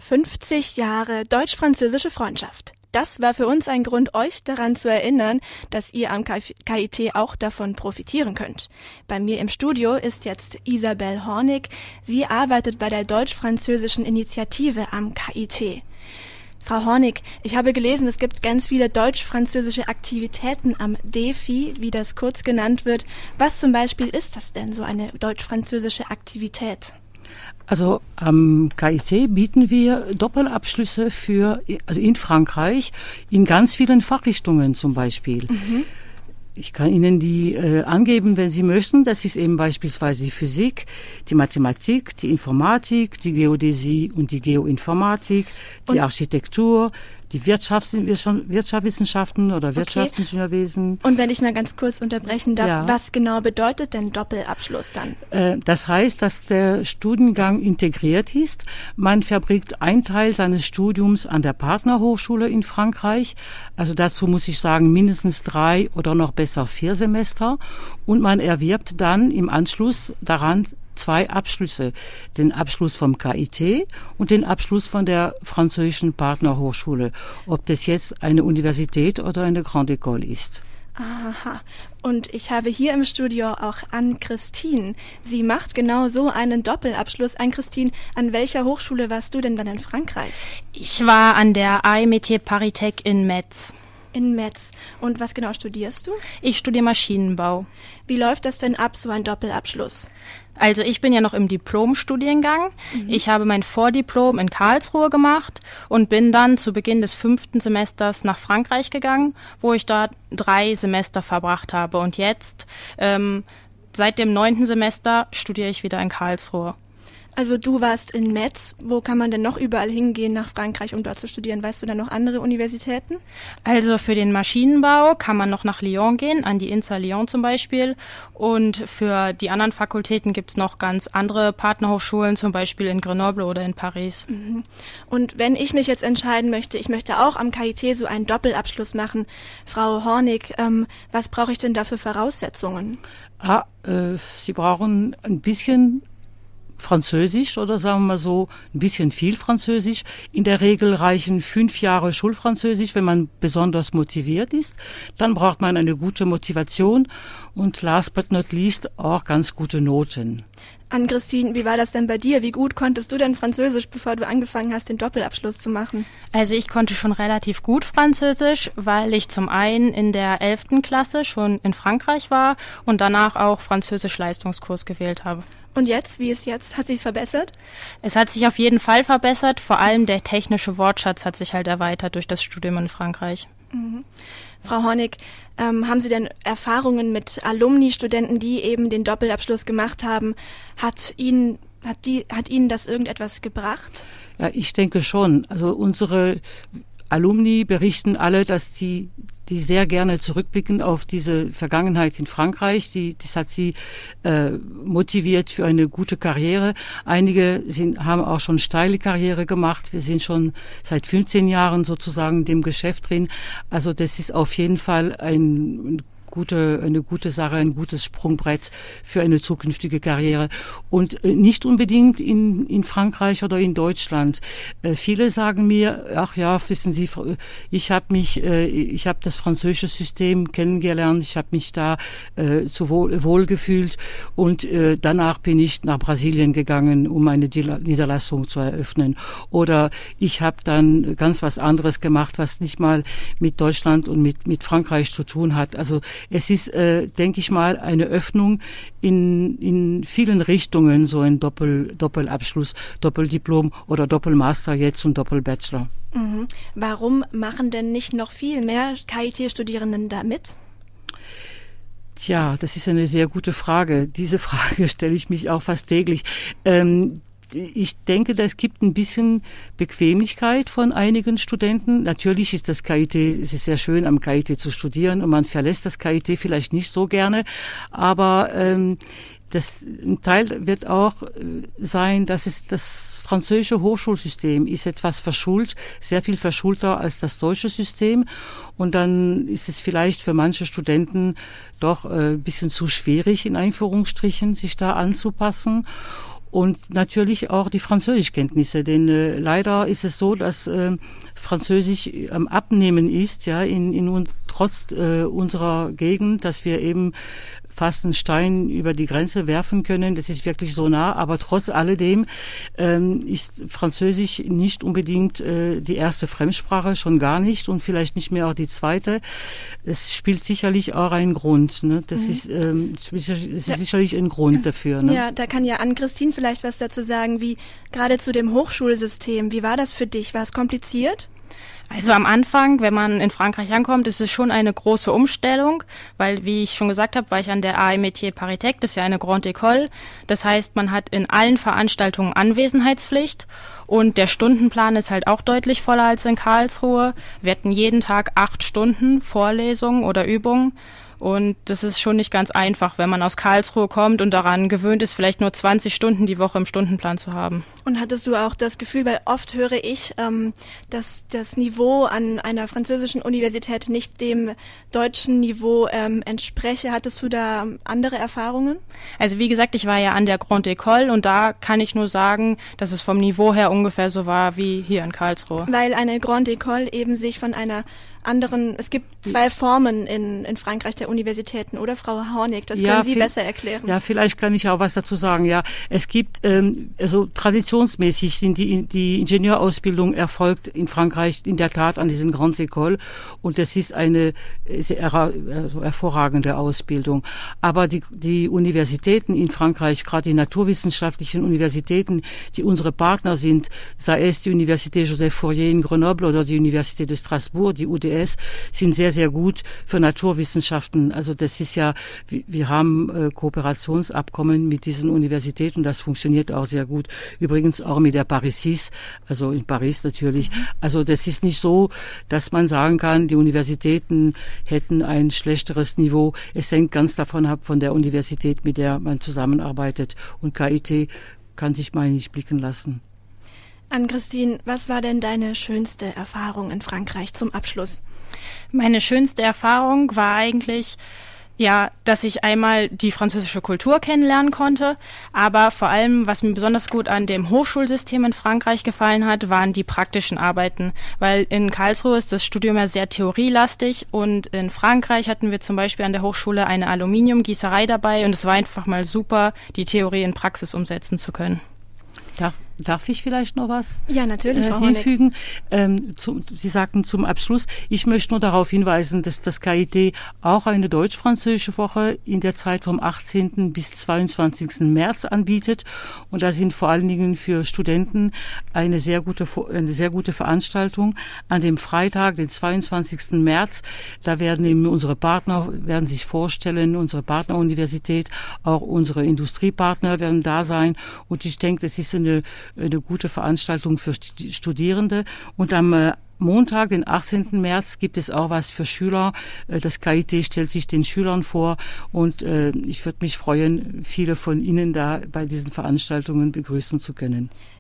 50 Jahre deutsch-französische Freundschaft. Das war für uns ein Grund, euch daran zu erinnern, dass ihr am KIT auch davon profitieren könnt. Bei mir im Studio ist jetzt Isabel Hornig. Sie arbeitet bei der deutsch-französischen Initiative am KIT. Frau Hornig, ich habe gelesen, es gibt ganz viele deutsch-französische Aktivitäten am DEFI, wie das kurz genannt wird. Was zum Beispiel ist das denn, so eine deutsch-französische Aktivität? Also am KIT bieten wir Doppelabschlüsse in Frankreich in ganz vielen Fachrichtungen zum Beispiel. Mhm. Ich kann Ihnen die angeben, wenn Sie möchten. Das ist eben beispielsweise die Physik, die Mathematik, die Informatik, die Geodäsie und die Geoinformatik, die Architektur, die Wirtschaftswissenschaften oder Wirtschaftsingenieurwesen. Und wenn ich mal ganz kurz unterbrechen darf, was genau bedeutet denn Doppelabschluss dann? Das heißt, dass der Studiengang integriert ist. Man verbringt einen Teil seines Studiums an der Partnerhochschule in Frankreich. Also dazu muss ich sagen, mindestens 3 oder noch besser 4 Semester. Und man erwirbt dann im Anschluss daran 2 Abschlüsse, den Abschluss vom KIT und den Abschluss von der französischen Partnerhochschule, ob das jetzt eine Universität oder eine Grande École ist. Aha. Und ich habe hier im Studio auch Anne-Christine. Sie macht genau so einen Doppelabschluss. Anne-Christine, an welcher Hochschule warst du denn dann in Frankreich? Ich war an der AEMT Paris in Metz. In Metz. Und was genau studierst du? Ich studiere Maschinenbau. Wie läuft das denn ab, so ein Doppelabschluss? Also ich bin ja noch im Diplomstudiengang. Ich habe mein Vordiplom in Karlsruhe gemacht und bin dann zu Beginn des 5. Semesters nach Frankreich gegangen, wo ich dort 3 Semester verbracht habe. Und jetzt, seit dem 9. Semester, studiere ich wieder in Karlsruhe. Also du warst in Metz. Wo kann man denn noch überall hingehen nach Frankreich, um dort zu studieren? Weißt du da noch andere Universitäten? Also für den Maschinenbau kann man noch nach Lyon gehen, an die INSA Lyon zum Beispiel. Und für die anderen Fakultäten gibt es noch ganz andere Partnerhochschulen, zum Beispiel in Grenoble oder in Paris. Mhm. Und wenn ich mich jetzt entscheiden möchte, ich möchte auch am KIT so einen Doppelabschluss machen. Frau Hornig, was brauche ich denn da für Voraussetzungen? Sie brauchen ein bisschen Französisch oder sagen wir mal so ein bisschen viel Französisch. In der Regel reichen 5 Jahre Schulfranzösisch, wenn man besonders motiviert ist. Dann braucht man eine gute Motivation und last but not least auch ganz gute Noten. Anne-Christine, wie war das denn bei dir? Wie gut konntest du denn Französisch, bevor du angefangen hast, den Doppelabschluss zu machen? Also ich konnte schon relativ gut Französisch, weil ich zum einen in der 11. Klasse schon in Frankreich war und danach auch Französisch-Leistungskurs gewählt habe. Und jetzt, wie ist jetzt? Hat sich's verbessert? Es hat sich auf jeden Fall verbessert. Vor allem der technische Wortschatz hat sich halt erweitert durch das Studium in Frankreich. Mhm. Frau Hornig, haben Sie denn Erfahrungen mit Alumni-Studenten, die eben den Doppelabschluss gemacht haben? Hat Ihnen das irgendetwas gebracht? Ja, ich denke schon. Also unsere Alumni berichten alle, dass die sehr gerne zurückblicken auf diese Vergangenheit in Frankreich. Das hat sie motiviert für eine gute Karriere. Einige haben auch schon steile Karriere gemacht. Wir sind schon seit 15 Jahren sozusagen in dem Geschäft drin. Also das ist auf jeden Fall eine gute Sache, ein gutes Sprungbrett für eine zukünftige Karriere. Und nicht unbedingt in Frankreich oder in Deutschland. Viele sagen mir, ach ja, wissen Sie, ich habe das französische System kennengelernt, ich habe mich da wohl gefühlt und danach bin ich nach Brasilien gegangen, um eine Niederlassung zu eröffnen. Oder ich habe dann ganz was anderes gemacht, was nicht mal mit Deutschland und mit Frankreich zu tun hat. Also es ist, denke ich mal, eine Öffnung in vielen Richtungen, so ein Doppelabschluss, Doppeldiplom oder Doppelmaster jetzt und Doppelbachelor. Mhm. Warum machen denn nicht noch viel mehr KIT-Studierenden da mit? Tja, das ist eine sehr gute Frage. Diese Frage stelle ich mich auch fast täglich. Ich denke, es gibt ein bisschen Bequemlichkeit von einigen Studenten. Natürlich ist das KIT, es ist sehr schön, am KIT zu studieren und man verlässt das KIT vielleicht nicht so gerne, aber ein Teil wird auch sein, dass das französische Hochschulsystem ist etwas verschult, sehr viel verschulter als das deutsche System. Und dann ist es vielleicht für manche Studenten doch ein bisschen zu schwierig, in Anführungsstrichen, sich da anzupassen. Und natürlich auch die Französischkenntnisse, denn leider ist es so, dass Französisch am Abnehmen ist, ja, trotz unserer Gegend, dass wir eben fast einen Stein über die Grenze werfen können. Das ist wirklich so nah. Aber trotz alledem ist Französisch nicht unbedingt die erste Fremdsprache, schon gar nicht und vielleicht nicht mehr auch die zweite. Es spielt sicherlich auch einen Grund. Ne? Das ist sicherlich ein Grund dafür. Ne? Ja, da kann ja Ann-Christine vielleicht was dazu sagen, wie gerade zu dem Hochschulsystem. Wie war das für dich? War es kompliziert? Also am Anfang, wenn man in Frankreich ankommt, ist es schon eine große Umstellung, weil, wie ich schon gesagt habe, war ich an der AE Métiers Paris-Tech, das ist ja eine Grande École. Das heißt, man hat in allen Veranstaltungen Anwesenheitspflicht und der Stundenplan ist halt auch deutlich voller als in Karlsruhe. Wir hatten jeden Tag 8 Stunden Vorlesungen oder Übungen. Und das ist schon nicht ganz einfach, wenn man aus Karlsruhe kommt und daran gewöhnt ist, vielleicht nur 20 Stunden die Woche im Stundenplan zu haben. Und hattest du auch das Gefühl, weil oft höre ich, dass das Niveau an einer französischen Universität nicht dem deutschen Niveau entspreche. Hattest du da andere Erfahrungen? Also wie gesagt, ich war ja an der Grande École und da kann ich nur sagen, dass es vom Niveau her ungefähr so war wie hier in Karlsruhe. Weil eine Grande École eben sich von einer anderen, es gibt 2 Formen in Frankreich der Universitäten, oder Frau Hornig? Das können Sie besser erklären. Ja, vielleicht kann ich auch was dazu sagen. Ja, es gibt, also traditionsmäßig sind die Ingenieurausbildung erfolgt in Frankreich in der Tat an diesen Grandes Écoles und das ist eine sehr hervorragende Ausbildung. Aber die Universitäten in Frankreich, gerade die naturwissenschaftlichen Universitäten, die unsere Partner sind, sei es die Université Joseph Fourier in Grenoble oder die Université de Strasbourg, die UDS, sind sehr, sehr gut für Naturwissenschaften. Also das ist ja, wir haben Kooperationsabkommen mit diesen Universitäten, das funktioniert auch sehr gut. Übrigens auch mit der Paris 6, also in Paris natürlich. Also das ist nicht so, dass man sagen kann, die Universitäten hätten ein schlechteres Niveau. Es hängt ganz davon ab, von der Universität, mit der man zusammenarbeitet. Und KIT kann sich mal nicht blicken lassen. Ann-Christine, was war denn deine schönste Erfahrung in Frankreich zum Abschluss? Meine schönste Erfahrung war eigentlich, ja, dass ich einmal die französische Kultur kennenlernen konnte, aber vor allem, was mir besonders gut an dem Hochschulsystem in Frankreich gefallen hat, waren die praktischen Arbeiten, weil in Karlsruhe ist das Studium ja sehr theorielastig und in Frankreich hatten wir zum Beispiel an der Hochschule eine Aluminiumgießerei dabei und es war einfach mal super, die Theorie in Praxis umsetzen zu können. Darf ich vielleicht noch was hinfügen? Sie sagten zum Abschluss, ich möchte nur darauf hinweisen, dass das KIT auch eine deutsch-französische Woche in der Zeit vom 18. bis 22. März anbietet. Und da sind vor allen Dingen für Studenten eine sehr gute Veranstaltung. An dem Freitag, den 22. März, da werden eben unsere Partner werden sich vorstellen, unsere Partneruniversität, auch unsere Industriepartner werden da sein. Und ich denke, das ist eine gute Veranstaltung für Studierende. Und am Montag, den 18. März, gibt es auch was für Schüler. Das KIT stellt sich den Schülern vor und ich würde mich freuen, viele von Ihnen da bei diesen Veranstaltungen begrüßen zu können.